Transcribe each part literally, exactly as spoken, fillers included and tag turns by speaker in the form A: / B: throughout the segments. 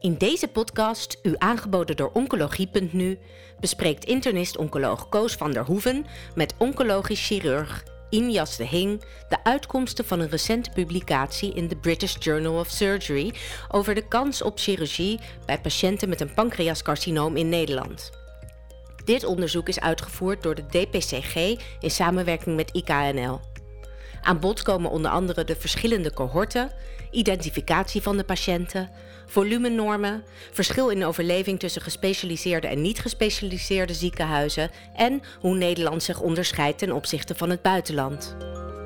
A: In deze podcast, u aangeboden door Oncologie punt n u, bespreekt internist-oncoloog Koos van der Hoeven met oncologisch chirurg Injas de Hing de uitkomsten van een recente publicatie in de British Journal of Surgery over de kans op chirurgie bij patiënten met een pancreascarcinoom in Nederland. Dit onderzoek is uitgevoerd door de D P C G in samenwerking met I K N L. Aan bod komen onder andere de verschillende cohorten, identificatie van de patiënten, volumenormen, verschil in overleving tussen gespecialiseerde en niet gespecialiseerde ziekenhuizen en hoe Nederland zich onderscheidt ten opzichte van het buitenland.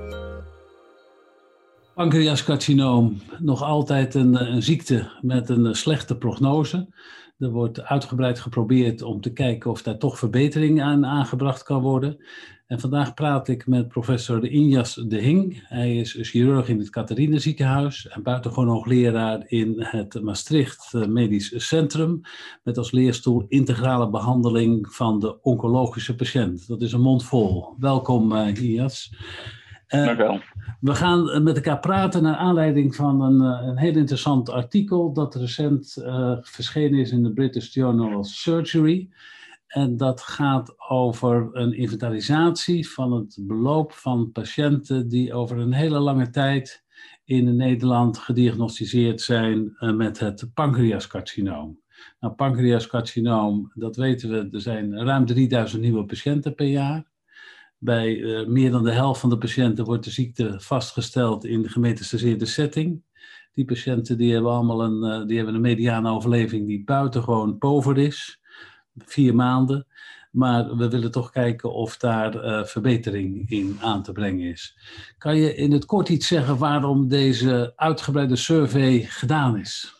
B: Pancreascarcinoom, nog altijd een, een ziekte met een slechte prognose. Er wordt uitgebreid geprobeerd om te kijken of daar toch verbetering aan aangebracht kan worden. En vandaag praat ik met professor Injas de Hing. Hij is chirurg in het Catharina Ziekenhuis en buitengewoon hoogleraar in het Maastricht Medisch Centrum, met als leerstoel integrale behandeling van de oncologische patiënt. Dat is een mond vol. Welkom, uh, Injas. Uh,
C: Dank u wel.
B: We gaan met elkaar praten naar aanleiding van een, een heel interessant artikel dat recent uh, verschenen is in de British Journal of Surgery. En dat gaat over een inventarisatie van het beloop van patiënten die over een hele lange tijd in Nederland gediagnosticeerd zijn uh, met het pancreascarcinoom. Nou, pancreascarcinoom, dat weten we, er zijn ruim drieduizend nieuwe patiënten per jaar. Bij uh, meer dan de helft van de patiënten wordt de ziekte vastgesteld in de gemetastaseerde setting. Die patiënten die hebben allemaal een, uh, die hebben een mediane overleving die buitengewoon pover is. Vier maanden. Maar we willen toch kijken of daar uh, verbetering in aan te brengen is. Kan je in het kort iets zeggen waarom deze uitgebreide survey gedaan is?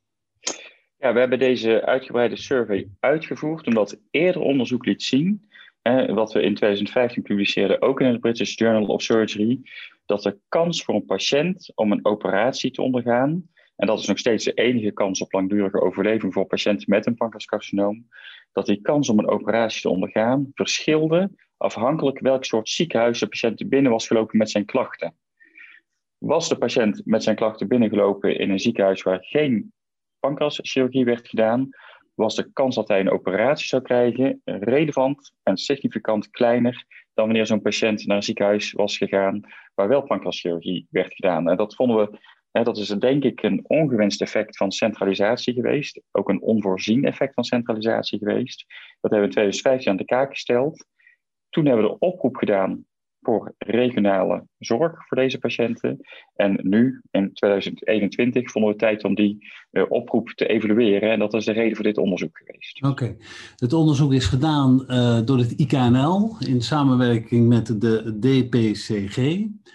C: Ja, we hebben deze uitgebreide survey uitgevoerd omdat eerder onderzoek liet zien, eh, wat we in twintig vijftien publiceerden, ook in het British Journal of Surgery, dat de kans voor een patiënt om een operatie te ondergaan, en dat is nog steeds de enige kans op langdurige overleving voor patiënten met een pancreascarcinoom, dat die kans om een operatie te ondergaan verschilde afhankelijk welk soort ziekenhuis de patiënt binnen was gelopen met zijn klachten. Was de patiënt met zijn klachten binnengelopen in een ziekenhuis waar geen pancreaschirurgie werd gedaan, was de kans dat hij een operatie zou krijgen relevant en significant kleiner dan wanneer zo'n patiënt naar een ziekenhuis was gegaan waar wel pancreaschirurgie werd gedaan. En dat vonden we, hè, dat is denk ik een ongewenst effect van centralisatie geweest, ook een onvoorzien effect van centralisatie geweest. Dat hebben we in twintig vijftien aan de kaak gesteld. Toen hebben we de oproep gedaan voor regionale zorg voor deze patiënten. En nu, in twintig eenentwintig, vonden we tijd om die uh, oproep te evalueren. En dat is de reden voor dit onderzoek geweest.
B: Oké. Okay. Het onderzoek is gedaan uh, door het I K N L in samenwerking met de D P C G.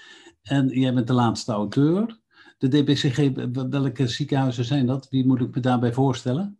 B: En jij bent de laatste auteur. De D P C G, welke ziekenhuizen zijn dat? Wie moet ik me daarbij voorstellen?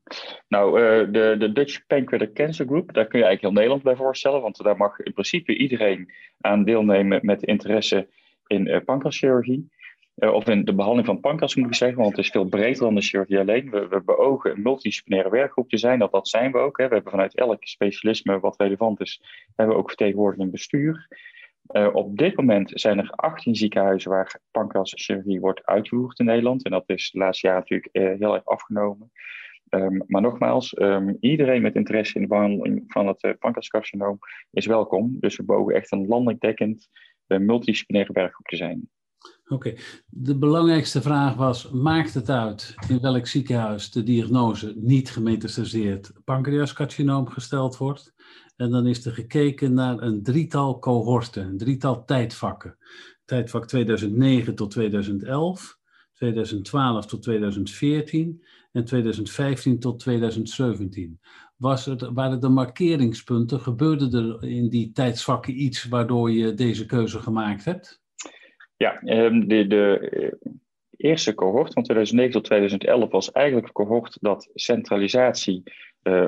C: Nou, uh, de, de Dutch Pancreatic Cancer Group, daar kun je eigenlijk heel Nederland bij voorstellen, want daar mag in principe iedereen aan deelnemen met interesse in uh, pancreaschirurgie. Uh, of in de behandeling van pancreas moet ik zeggen, want het is veel breder dan de chirurgie alleen. We, we beogen een multidisciplinaire werkgroep te zijn, dat, dat zijn we ook. Hè. We hebben vanuit elk specialisme wat relevant is, hebben we ook vertegenwoordiging in bestuur. Uh, op dit moment zijn er achttien ziekenhuizen waar pancreaschirurgie wordt uitgevoerd in Nederland. En dat is de laatste jaren natuurlijk uh, heel erg afgenomen. Um, maar nogmaals, um, iedereen met interesse in de behandeling van het uh, pancreascarcinoom is welkom. Dus we beogen echt een landelijk dekkend uh, multidisciplinaire werkgroep te zijn.
B: Oké, okay. De belangrijkste vraag was, maakt het uit in welk ziekenhuis de diagnose niet gemetastaseerd pancreascarcinoom gesteld wordt? En dan is er gekeken naar een drietal cohorten, een drietal tijdvakken. Tijdvak tweeduizend negen tot tweeduizend elf, tweeduizend twaalf tot tweeduizend veertien en tweeduizend vijftien tot tweeduizend zeventien. Was het, waren er markeringspunten? Gebeurde er in die tijdsvakken iets waardoor je deze keuze gemaakt hebt?
C: Ja, de, de eerste cohort van tweeduizend negen tot tweeduizend elf was eigenlijk een cohort dat centralisatie uh,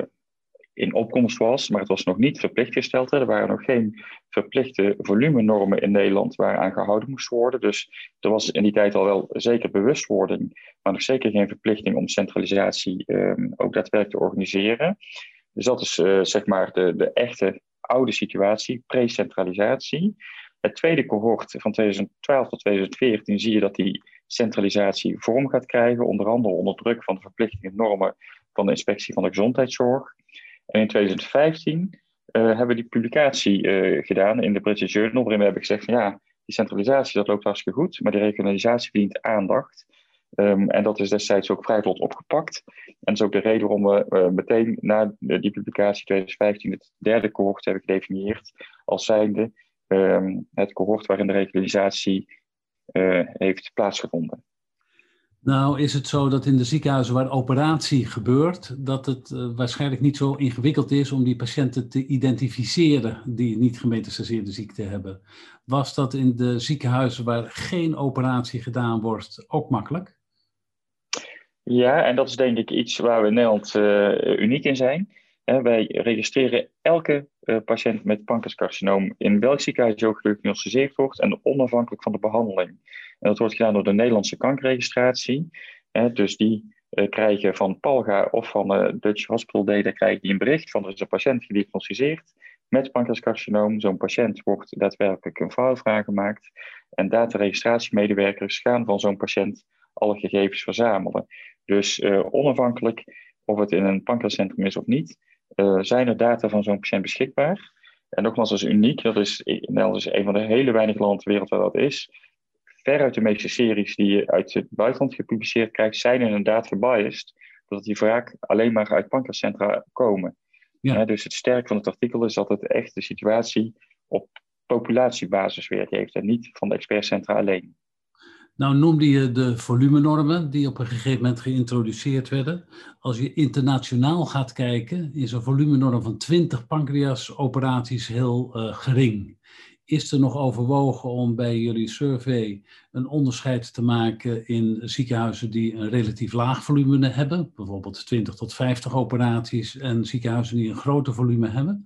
C: in opkomst was, maar het was nog niet verplicht gesteld. Hè. Er waren nog geen verplichte volumenormen in Nederland waaraan gehouden moest worden. Dus er was in die tijd al wel zeker bewustwording, maar nog zeker geen verplichting om centralisatie um, ook daadwerkelijk te organiseren. Dus dat is uh, zeg maar de, de echte oude situatie, pre-centralisatie. Het tweede cohort van tweeduizend twaalf tot tweeduizend veertien zie je dat die centralisatie vorm gaat krijgen, onder andere onder druk van de verplichtingen en normen van de Inspectie van de Gezondheidszorg. En in twintig vijftien uh, hebben we die publicatie uh, gedaan in de British Journal, waarin we hebben gezegd van ja, die centralisatie dat loopt hartstikke goed, maar die regionalisatie verdient aandacht. Um, en dat is destijds ook vrij vlot opgepakt. En dat is ook de reden waarom we uh, meteen na die publicatie twintig vijftien het derde cohort hebben gedefinieerd als zijnde um, het cohort waarin de regionalisatie uh, heeft plaatsgevonden.
B: Nou is het zo dat in de ziekenhuizen waar operatie gebeurt, dat het uh, waarschijnlijk niet zo ingewikkeld is om die patiënten te identificeren die niet gemetastaseerde ziekte hebben. Was dat in de ziekenhuizen waar geen operatie gedaan wordt ook makkelijk?
C: Ja, en dat is denk ik iets waar we in Nederland uh, uniek in zijn. Uh, wij registreren elke uh, patiënt met pancreascarcinoom in welk ziekenhuis ook gediagnosticeerd wordt en onafhankelijk van de behandeling. En dat wordt gedaan door de Nederlandse kankerregistratie. Uh, dus die uh, krijgen van PALGA of van uh, Dutch Hospital Data krijgen die een bericht van er is een patiënt gediagnosticeerd met pancreascarcinoom. Zo'n patiënt wordt daadwerkelijk een foutvraag gemaakt en dataregistratiemedewerkers gaan van zo'n patiënt alle gegevens verzamelen. Dus uh, onafhankelijk of het in een pancreascentrum is of niet, uh, zijn er data van zo'n patiënt beschikbaar. En nogmaals, dat is uniek. Dat is, Nederland is een van de hele weinige landen ter wereld waar dat is. Veruit de meeste series die je uit het buitenland gepubliceerd krijgt, zijn inderdaad gebiased, doordat die vaak alleen maar uit pancreascentra komen. Ja. Ja, dus het sterk van het artikel is dat het echt de situatie op populatiebasis weergeeft en niet van de expertcentra alleen.
B: Nou noemde je de volumenormen die op een gegeven moment geïntroduceerd werden. Als je internationaal gaat kijken, is een volumenorm van twintig pancreasoperaties heel uh, gering. Is er nog overwogen om bij jullie survey een onderscheid te maken in ziekenhuizen die een relatief laag volume hebben, bijvoorbeeld twintig tot vijftig operaties, en ziekenhuizen die een groter volume hebben?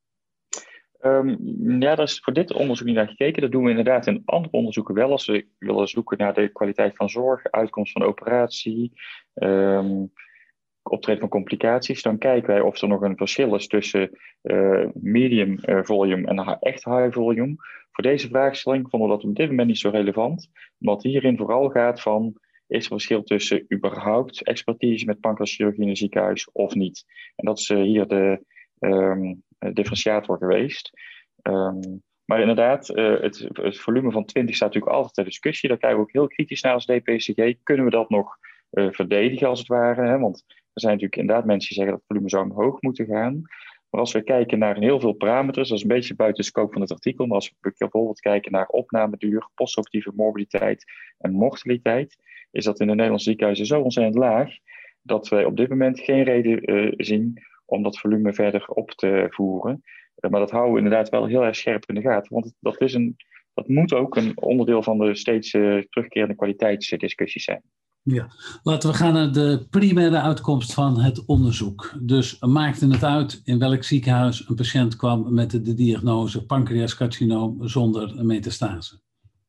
C: Um, ja, daar is voor dit onderzoek niet naar gekeken. Dat doen we inderdaad in andere onderzoeken wel. Als we willen zoeken naar de kwaliteit van zorg, uitkomst van operatie, um, optreden van complicaties, dan kijken wij of er nog een verschil is tussen uh, medium uh, volume en echt high volume. Voor deze vraagstelling vonden we dat op dit moment niet zo relevant, omdat hierin vooral gaat van, is er verschil tussen überhaupt expertise met pancreaschirurgie in een ziekenhuis of niet? En dat is uh, hier de um, differentiator geweest. Um, maar inderdaad, uh, het, het volume van twintig staat natuurlijk altijd ter discussie. Daar kijken we ook heel kritisch naar als D P C G. Kunnen we dat nog uh, verdedigen als het ware? Hè? Want er zijn natuurlijk inderdaad mensen die zeggen dat het volume zou omhoog moeten gaan. Maar als we kijken naar heel veel parameters, dat is een beetje buiten de scope van het artikel, maar als we bijvoorbeeld kijken naar opnameduur, postoperatieve morbiditeit en mortaliteit, is dat in de Nederlandse ziekenhuizen zo ontzettend laag, dat wij op dit moment geen reden uh, zien om dat volume verder op te voeren. Uh, maar dat houden we inderdaad wel heel erg scherp in de gaten, want dat, is een, dat moet ook een onderdeel van de steeds uh, terugkerende kwaliteitsdiscussies zijn.
B: Ja, laten we gaan naar de primaire uitkomst van het onderzoek. Dus maakte het uit in welk ziekenhuis een patiënt kwam met de, de diagnose pancreascarcinoom zonder metastase?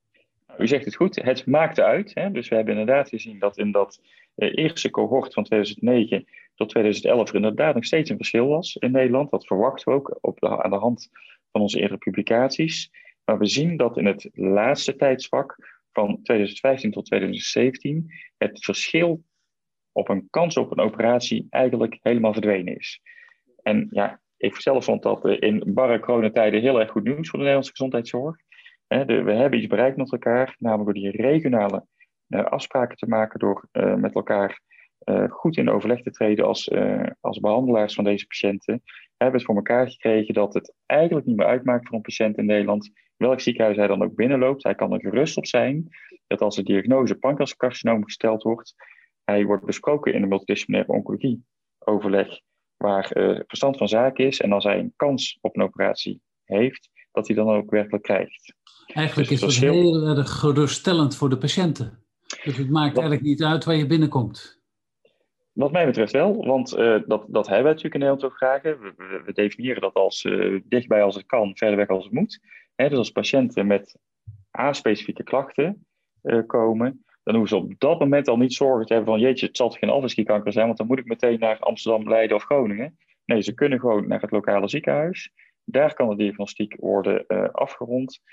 C: U zegt het goed, het maakte uit. Hè? Dus we hebben inderdaad gezien dat in dat uh, eerste cohort van tweeduizend negen tot tweeduizend elf er inderdaad nog steeds een verschil was in Nederland. Dat verwachten we ook op de, aan de hand van onze eerdere publicaties. Maar we zien dat in het laatste tijdsvak van tweeduizend vijftien tot tweeduizend zeventien het verschil op een kans op een operatie eigenlijk helemaal verdwenen is. En ja, ik zelf vond dat in barre coronatijden heel erg goed nieuws voor de Nederlandse gezondheidszorg. We hebben iets bereikt met elkaar, namelijk door die regionale afspraken te maken, door uh, met elkaar uh, goed in overleg te treden als, uh, als behandelaars van deze patiënten. We hebben het voor elkaar gekregen dat het eigenlijk niet meer uitmaakt voor een patiënt in Nederland welk ziekenhuis hij dan ook binnenloopt. Hij kan er gerust op zijn dat als de diagnose pancreascarcinoom gesteld wordt, hij wordt besproken in een multidisciplinaire oncologie overleg waar uh, verstand van zaken is. En als hij een kans op een operatie heeft, dat hij dan ook werkelijk krijgt.
B: Eigenlijk dus is dat heel erg geruststellend voor de patiënten. Dus het maakt wat, eigenlijk niet uit waar je binnenkomt.
C: Wat mij betreft wel, want uh, dat, dat hebben we natuurlijk in Nederland ook graag. We, we, we definiëren dat als uh, dichtbij als het kan, verder weg als het moet. He, dus als patiënten met A-specifieke klachten uh, komen, dan hoeven ze op dat moment al niet zorgen te hebben van jeetje, het zal toch geen alvleesklierkanker zijn, want dan moet ik meteen naar Amsterdam, Leiden of Groningen. Nee, ze kunnen gewoon naar het lokale ziekenhuis. Daar kan de diagnostiek worden uh, afgerond.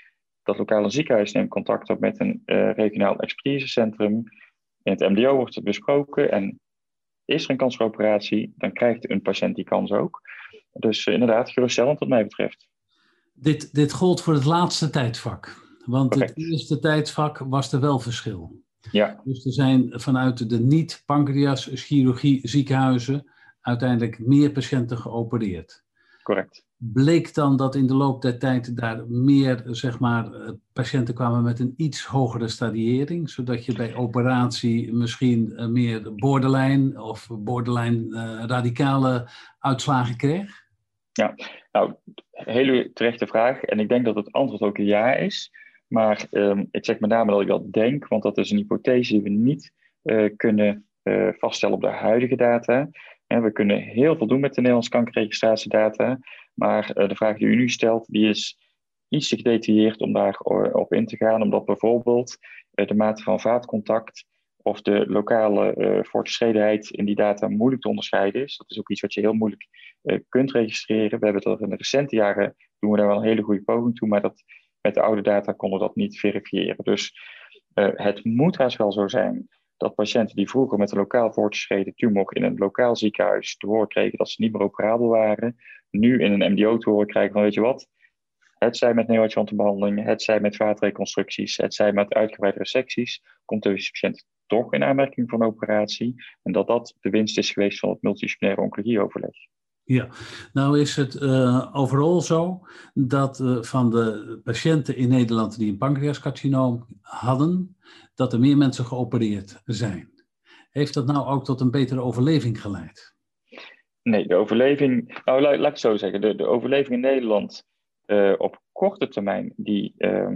C: Dat lokale ziekenhuis neemt contact op met een uh, regionaal expertisecentrum. In het M D O wordt het besproken en is er een kans voor operatie, dan krijgt een patiënt die kans ook. Dus uh, inderdaad, geruststellend wat mij betreft.
B: Dit, dit gold voor het laatste tijdvak. Want
C: Correct.
B: Het eerste tijdvak was er wel verschil.
C: Ja.
B: Dus er zijn vanuit de niet-pancreaschirurgie ziekenhuizen uiteindelijk meer patiënten geopereerd.
C: Correct.
B: Bleek dan dat in de loop der tijd daar meer, zeg maar, patiënten kwamen met een iets hogere stadiëring, zodat je bij operatie misschien meer borderline of borderline uh, radicale uitslagen kreeg?
C: Ja, nou, hele terechte vraag. En ik denk dat het antwoord ook ja is. Maar um, ik zeg met name dat ik dat denk, want dat is een hypothese die we niet uh, kunnen uh, vaststellen op de huidige data. En we kunnen heel veel doen met de Nederlandse kankerregistratiedata. Maar uh, de vraag die u nu stelt, die is iets te gedetailleerd om daarop in te gaan. Omdat bijvoorbeeld uh, de mate van vaatcontact of de lokale uh, voortgeschredenheid in die data moeilijk te onderscheiden is. Dat is ook iets wat je heel moeilijk uh, kunt registreren. We hebben dat in de recente jaren, doen we daar wel een hele goede poging toe, maar dat, met de oude data konden we dat niet verifiëren. Dus uh, het moet haast wel zo zijn dat patiënten die vroeger met een lokaal voortgeschreden tumor in een lokaal ziekenhuis te horen kregen dat ze niet meer operabel waren, nu in een M D O te horen krijgen van, weet je wat, het zij met neoadjuvante behandeling, het zij met vaatreconstructies, het zij met uitgebreide resecties, komt deze patiënt toch in aanmerking voor een operatie. En dat dat de winst is geweest van het multidisciplinaire oncologieoverleg.
B: Ja, nou is het uh, overal zo dat uh, van de patiënten in Nederland die een pancreascarcinoom hadden, dat er meer mensen geopereerd zijn. Heeft dat nou ook tot een betere overleving geleid?
C: Nee, de overleving, nou laat, laat ik het zo zeggen, de, de overleving in Nederland uh, op korte termijn, die, uh,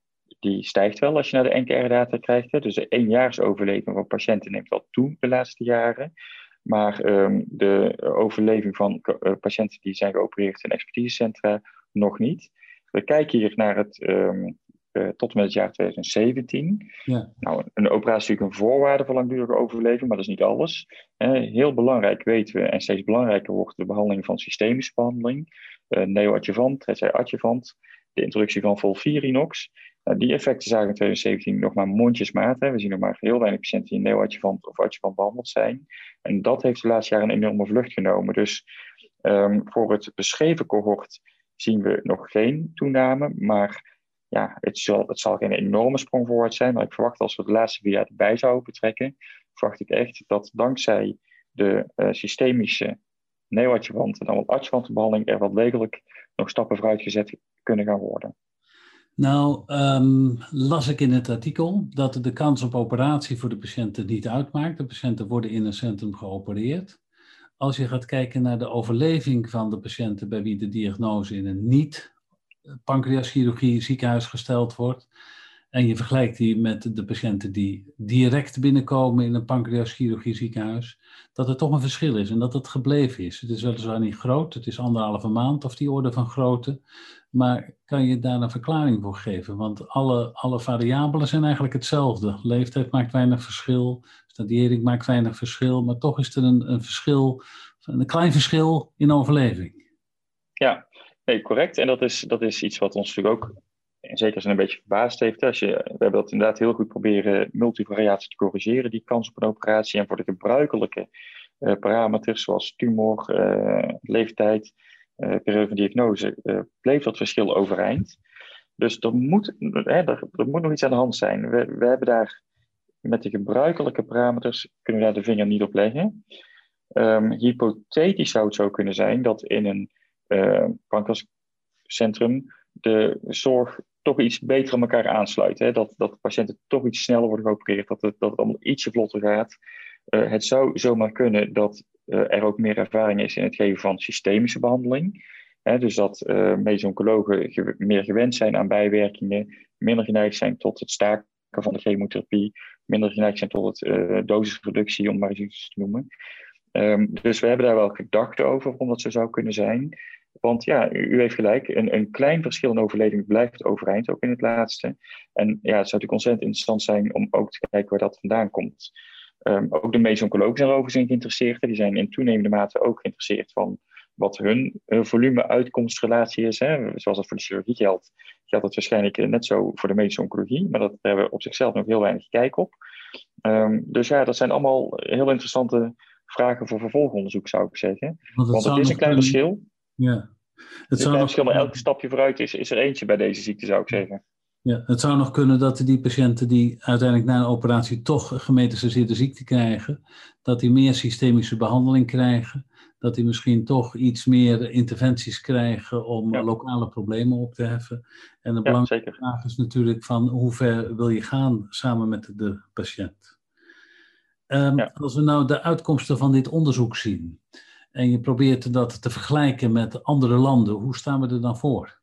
C: die stijgt wel als je naar de N K R-data krijgt. Hè. Dus de eenjaarsoverleving van patiënten neemt wel toe de laatste jaren. Maar um, de overleving van uh, patiënten die zijn geopereerd in expertisecentra nog niet. We kijken hier naar het um, uh, tot en met het jaar twintig zeventien. Ja. Nou, een operatie is natuurlijk een voorwaarde voor langdurige overleving, maar dat is niet alles. Uh, heel belangrijk weten we, en steeds belangrijker wordt de behandeling van systemische behandeling. Uh, neoadjuvant, het zij adjuvant, de introductie van Volfirinox. Uh, die effecten zagen in twintig zeventien nog maar mondjesmaat. Hè. We zien nog maar heel weinig patiënten die neoadjuvant of adjuvant behandeld zijn. En dat heeft de laatste jaren een enorme vlucht genomen. Dus um, voor het beschreven cohort zien we nog geen toename. Maar ja, het zal, het zal geen enorme sprong voorwaarts zijn. Maar ik verwacht als we de laatste vier jaar erbij zouden betrekken, verwacht ik echt dat dankzij de uh, systemische neoadjuvant en dan wel adjuvante behandeling er wel degelijk nog stappen vooruit gezet kunnen gaan worden.
B: Nou, um, las ik in het artikel dat de kans op operatie voor de patiënten niet uitmaakt. De patiënten worden in een centrum geopereerd. Als je gaat kijken naar de overleving van de patiënten bij wie de diagnose in een niet-pancreaschirurgie ziekenhuis gesteld wordt, en je vergelijkt die met de patiënten die direct binnenkomen in een pancreaschirurgie ziekenhuis, dat er toch een verschil is en dat het gebleven is. Het is weliswaar niet groot, het is anderhalve maand of die orde van grootte, maar kan je daar een verklaring voor geven? Want alle, alle variabelen zijn eigenlijk hetzelfde. Leeftijd maakt weinig verschil, stadiëring maakt weinig verschil, maar toch is er een, een verschil, een klein verschil in overleving.
C: Ja, nee, correct. En dat is, dat is iets wat ons natuurlijk ook en zeker als het een beetje verbaasd heeft. Als je, we hebben dat inderdaad heel goed proberen multivariatie te corrigeren, die kans op een operatie. En voor de gebruikelijke uh, parameters zoals tumor, uh, leeftijd, uh, periode van diagnose, uh, bleef dat verschil overeind. Dus er moet, hè, er, er moet nog iets aan de hand zijn. We, we hebben daar met de gebruikelijke parameters, kunnen we daar de vinger niet op leggen. Um, hypothetisch zou het zo kunnen zijn dat in een uh, pancreascentrum de zorg toch iets beter aan elkaar aansluit. Hè? Dat, dat de patiënten toch iets sneller worden geopereerd, dat het, dat het allemaal ietsje vlotter gaat. Uh, het zou zomaar kunnen dat uh, er ook meer ervaring is in het geven van systemische behandeling. Hè? Dus dat uh, medisch oncologen ge- meer gewend zijn aan bijwerkingen, minder geneigd zijn tot het staken van de chemotherapie, minder geneigd zijn tot het uh, dosisreductie, om maar eens iets te noemen. Um, dus we hebben daar wel gedachten over, waarom dat zo zou kunnen zijn. Want ja, u, u heeft gelijk, een, een klein verschil in overleving blijft overeind, ook in het laatste. En ja, het zou natuurlijk ontzettend interessant zijn om ook te kijken waar dat vandaan komt. Um, ook de medisch oncologen zijn erover zijn geïnteresseerd. Die zijn in toenemende mate ook geïnteresseerd van wat hun, hun volume-uitkomstrelatie is. Hè. Zoals dat voor de chirurgie geldt, geldt het waarschijnlijk net zo voor de medische oncologie. Maar dat, daar hebben we op zichzelf nog heel weinig kijk op. Um, dus ja, dat zijn allemaal heel interessante vragen voor vervolgonderzoek, zou ik zeggen. Want, Want het is een klein kunnen... verschil.
B: Ja.
C: Het, het is een klein verschil, maar elke stapje vooruit is, is er eentje bij deze ziekte, zou ik zeggen.
B: Ja, het zou nog kunnen dat die patiënten die uiteindelijk na een operatie toch gemetastaseerde ziekte krijgen, dat die meer systemische behandeling krijgen, dat die misschien toch iets meer interventies krijgen om ja. lokale problemen op te heffen. En de ja, belangrijke zeker. vraag is natuurlijk van hoe ver wil je gaan samen met de patiënt. Um, ja. Als we nou de uitkomsten van dit onderzoek zien en je probeert dat te vergelijken met andere landen, hoe staan we er dan voor?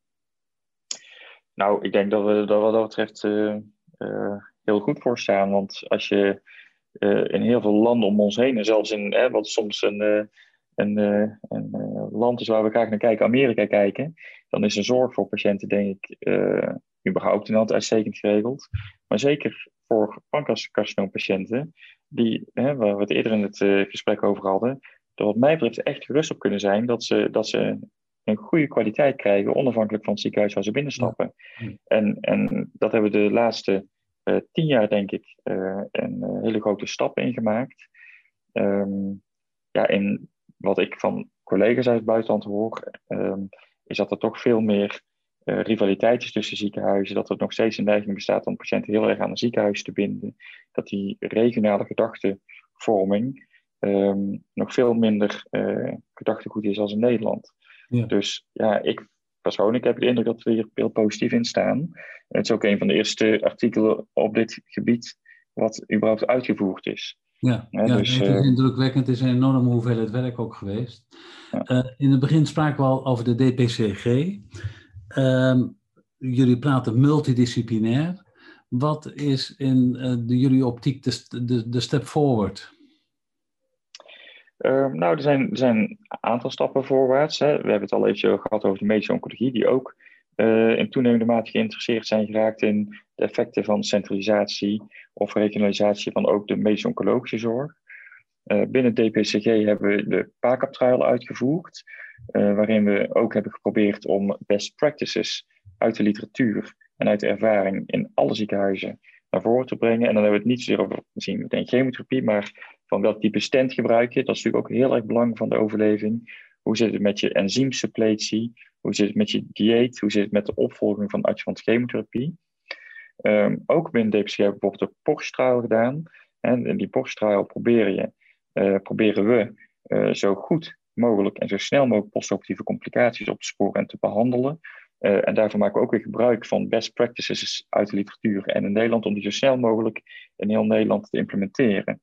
C: Nou, ik denk dat we er wat dat betreft uh, uh, heel goed voor staan. Want als je uh, in heel veel landen om ons heen, en zelfs in hè, wat soms een, uh, een, uh, een uh, land is waar we graag naar kijken, Amerika kijken, dan is de zorg voor patiënten, denk ik, uh, überhaupt in altijd uitstekend geregeld. Maar zeker voor pancreascarcinoompatiënten, die, hè, waar we het eerder in het uh, gesprek over hadden, er wat mij betreft echt gerust op kunnen zijn dat ze, dat ze een goede kwaliteit krijgen, onafhankelijk van het ziekenhuis waar ze binnenstappen. Ja. En, en dat hebben we de laatste uh, tien jaar, denk ik, uh, een uh, hele grote stap ingemaakt. Um, ja, in wat ik van collega's uit het buitenland hoor, um, is dat er toch veel meer uh, rivaliteit is tussen ziekenhuizen, dat er nog steeds een neiging bestaat om patiënten heel erg aan een ziekenhuis te binden, dat die regionale gedachtevorming um, nog veel minder uh, gedachtegoed is als in Nederland. Ja. Dus ja, ik persoonlijk heb de indruk dat we hier heel positief in staan. Het is ook een van de eerste artikelen op dit gebied wat überhaupt uitgevoerd is.
B: Ja, ja, ja dus, het is indrukwekkend. Het is een enorme hoeveelheid werk ook geweest. Ja. Uh, in het begin spraken we al over de D P C G. Uh, jullie praten multidisciplinair. Wat is in uh, de, jullie optiek de, de, de step forward?
C: Uh, nou, er zijn, er zijn een aantal stappen voorwaarts. Hè. We hebben het al even gehad over de medische oncologie, die ook uh, in toenemende mate geïnteresseerd zijn geraakt in de effecten van centralisatie of regionalisatie van ook de medische oncologische zorg. Uh, binnen D P C G hebben we de PACAP-trial uitgevoerd, uh, waarin we ook hebben geprobeerd om best practices uit de literatuur en uit de ervaring in alle ziekenhuizen naar voren te brengen. En dan hebben we het niet zozeer over misschien meteen chemotherapie, maar van welk type stent gebruik je. Dat is natuurlijk ook heel erg belangrijk van de overleving. Hoe zit het met je enzymsuppletie? Hoe zit het met je dieet? Hoe zit het met de opvolging van adjuvant chemotherapie? Um, ook binnen D P C G hebben we bijvoorbeeld de PORCH-trial gedaan. En in die PORCH-trial proberen, je, uh, proberen we uh, zo goed mogelijk en zo snel mogelijk postoperatieve complicaties op te sporen en te behandelen. Uh, en daarvoor maken we ook weer gebruik van best practices uit de literatuur en in Nederland om die zo snel mogelijk in heel Nederland te implementeren.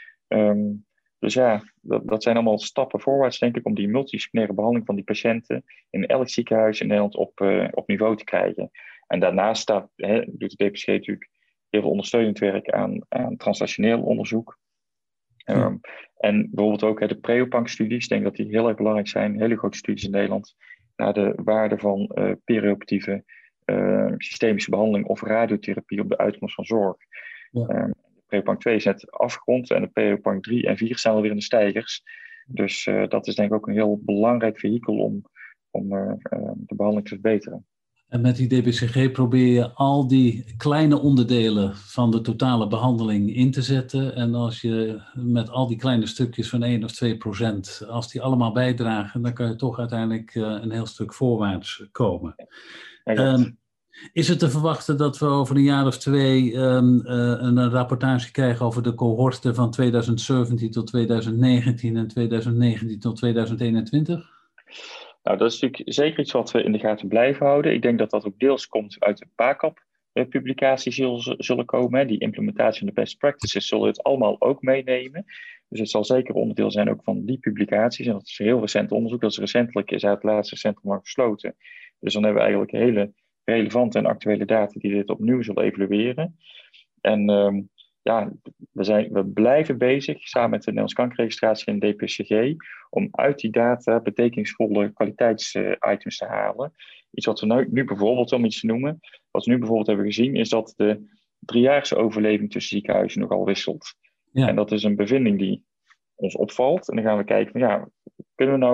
C: Um, dus ja, dat, dat zijn allemaal stappen voorwaarts, denk ik, om die multidisciplinaire behandeling van die patiënten in elk ziekenhuis in Nederland op, uh, op niveau te krijgen. En daarnaast staat, hè, doet de D P C G natuurlijk heel veel ondersteunend werk aan, aan translationeel onderzoek. Um, hmm. En bijvoorbeeld ook hè, de Preopanc-studies, ik denk dat die heel erg belangrijk zijn, hele grote studies in Nederland, naar de waarde van uh, perioperatieve uh, systemische behandeling of radiotherapie op de uitkomst van zorg. Ja. Um, Preopanc twee is net afgerond en de Preopanc drie en vier staan alweer in de stijgers. Dus uh, dat is denk ik ook een heel belangrijk vehikel om, om uh, uh, de behandeling te verbeteren.
B: En met die D P C G probeer je al die kleine onderdelen van de totale behandeling in te zetten. En als je met al die kleine stukjes van één of twee procent, als die allemaal bijdragen, dan kan je toch uiteindelijk uh, een heel stuk voorwaarts komen. Ja, um, is het te verwachten dat we over een jaar of twee um, uh, een rapportage krijgen over de cohorten van twintig zeventien tot twintig negentien en twintig negentien tot twintig eenentwintig?
C: Nou, dat is natuurlijk zeker iets wat we in de gaten blijven houden. Ik denk dat dat ook deels komt uit de PACAP-publicaties die zullen komen. Die implementatie van de best practices zullen het allemaal ook meenemen. Dus het zal zeker onderdeel zijn ook van die publicaties. En dat is heel recent onderzoek. Dat is recentelijk, is uit het laatste centrum al gesloten. Dus dan hebben we eigenlijk hele relevante en actuele data die dit opnieuw zullen evalueren. En um, ja, we, zijn, we blijven bezig samen met de Nederlandse kankerregistratie en D P C G om uit die data betekenisvolle kwaliteitsitems te halen. Iets wat we nu, nu bijvoorbeeld, om iets te noemen, wat we nu bijvoorbeeld hebben gezien, is dat de driejaarse overleving tussen ziekenhuizen nogal wisselt. Ja. En dat is een bevinding die ons opvalt. En dan gaan we kijken van ja, kunnen we nou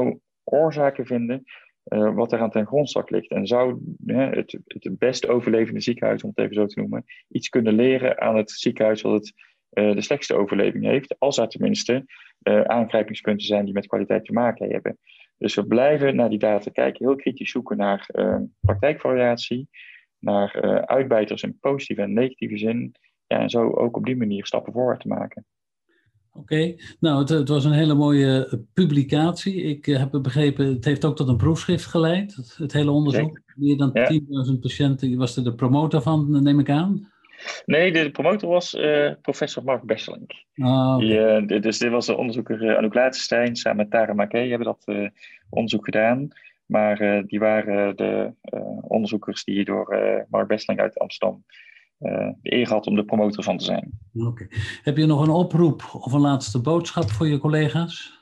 C: oorzaken vinden uh, wat er aan ten grondslag ligt. En zou uh, het, het best overlevende ziekenhuis, om het even zo te noemen, iets kunnen leren aan het ziekenhuis wat het uh, de slechtste overleving heeft, als er tenminste uh, aangrijpingspunten zijn die met kwaliteit te maken hebben. Dus we blijven naar die data kijken, heel kritisch zoeken naar uh, praktijkvariatie, naar uh, uitbijters in positieve en negatieve zin. Ja, en zo ook op die manier stappen voorwaarts te maken.
B: Oké, okay. nou het, het was een hele mooie uh, publicatie. Ik uh, heb begrepen, het heeft ook tot een proefschrift geleid, het, het hele onderzoek. Zeker. Meer dan ja. tienduizend patiënten, je was er de promotor van, neem ik aan?
C: Nee, de promotor was uh, professor Mark Besselink.
B: Oh, okay.
C: Die, uh, dus dit was de onderzoeker uh, Anouk Latenstein, samen met Tara Makey hebben dat uh, onderzoek gedaan. Maar uh, die waren de uh, onderzoekers die door uh, Mark Besselink uit Amsterdam Uh, de eer had om de promotor van te zijn.
B: Oké. Okay. Heb je nog een oproep of een laatste boodschap voor je collega's?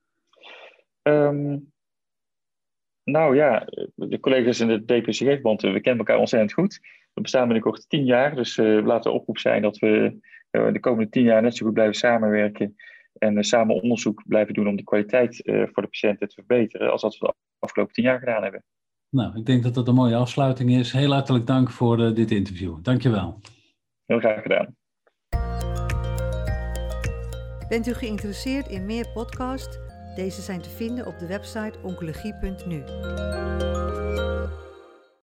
C: Um, nou ja, de collega's in de D P C G-bond, we kennen elkaar ontzettend goed. We bestaan binnenkort tien jaar, dus uh, laten de oproep zijn dat we uh, de komende tien jaar net zo goed blijven samenwerken en uh, samen onderzoek blijven doen om de kwaliteit uh, voor de patiënten te verbeteren, als dat we de afgelopen tien jaar gedaan hebben.
B: Nou, ik denk dat dat een mooie afsluiting is. Heel hartelijk dank voor uh, dit interview. Dank je wel.
C: Heel graag gedaan.
D: Bent u geïnteresseerd in meer podcasts? Deze zijn te vinden op de website oncologie punt n u.